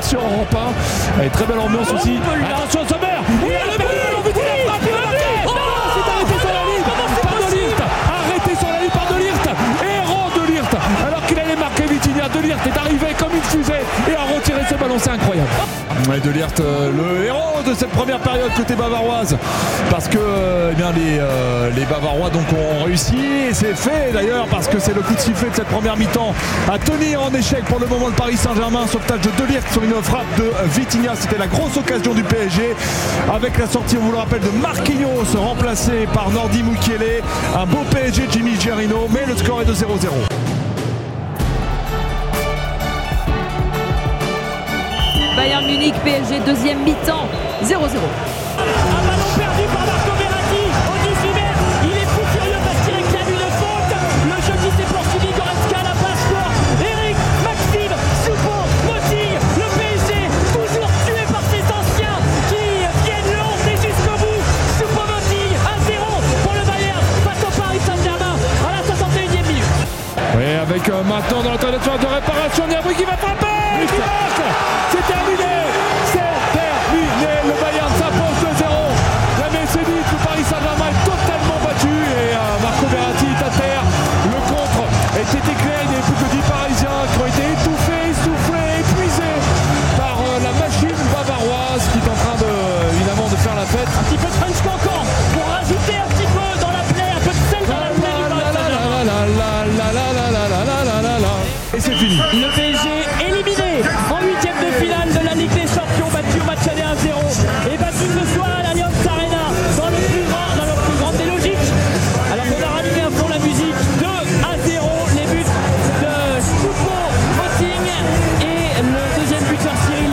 sur Europe 1. Allez, très belle ambiance aussi. Attention Sommer. Il a le ballon, il a frappé, il a marqué. C'est arrêté sur la ligne par De Ligt. Arrêté sur la ligne par De Ligt. Héros De Ligt. Alors qu'il allait marquer Vitinha, De Ligt est arrivé comme une fusée et a retiré ce ballon, c'est incroyable. Ouais, De Ligt, le héros de cette première période côté bavaroise, parce que les Bavarois donc ont réussi, et c'est fait d'ailleurs parce que c'est le coup de sifflet de cette première mi-temps à tenir en échec pour le moment le Paris Saint-Germain. Sauvetage de De Ligt sur une frappe de Vitinha, c'était la grosse occasion du PSG avec la sortie, on vous le rappelle, de Marquinhos remplacé par Nordi Mukiele. Un beau PSG Jimmy Gerino, mais le score est de 0-0. Bayern Munich, PSG, deuxième mi-temps, 0-0. Un ballon perdu par Marco Verratti au 18 mètres. Il est fou furieux parce qu'il réclame une faute. Le jeu qui s'est poursuivi, Goretzka, la passe pour Eric, Maxime, Choupo-Moting. Le PSG, toujours tué par ses anciens qui viennent lancer jusqu'au bout. Choupo-Moting, 1-0 pour le Bayern face au Paris Saint-Germain à la 61e minute. Oui, avec maintenant dans la trajectoire de réparation, Niabri qui va frapper. C'est terminé. C'est terminé. Le Bayern s'impose 2-0. La Mécénite, le Paris Saint-Germain est totalement battu et Marco Verratti est à terre. Le contre était éclairé. Il n'y avait plus que 10 Parisiens qui ont été étouffés, essoufflés, épuisés par la machine bavaroise qui est en train évidemment de faire la fête. Un petit peu de French Cancan pour rajouter un petit peu dans la plaie, un peu de sel dans la plaie du Paris Saint-Germain. Et c'est fini. Le PSG éliminé en huitième de finale de la Ligue des Champions, battu au match aller 1-0 et battu ce soir à l'Allianz Arena dans le plus grand des logiques. Alors qu'on a rallumé à fond la musique, 2-0, les buts de Choupo-Moting et le deuxième buteur Cyril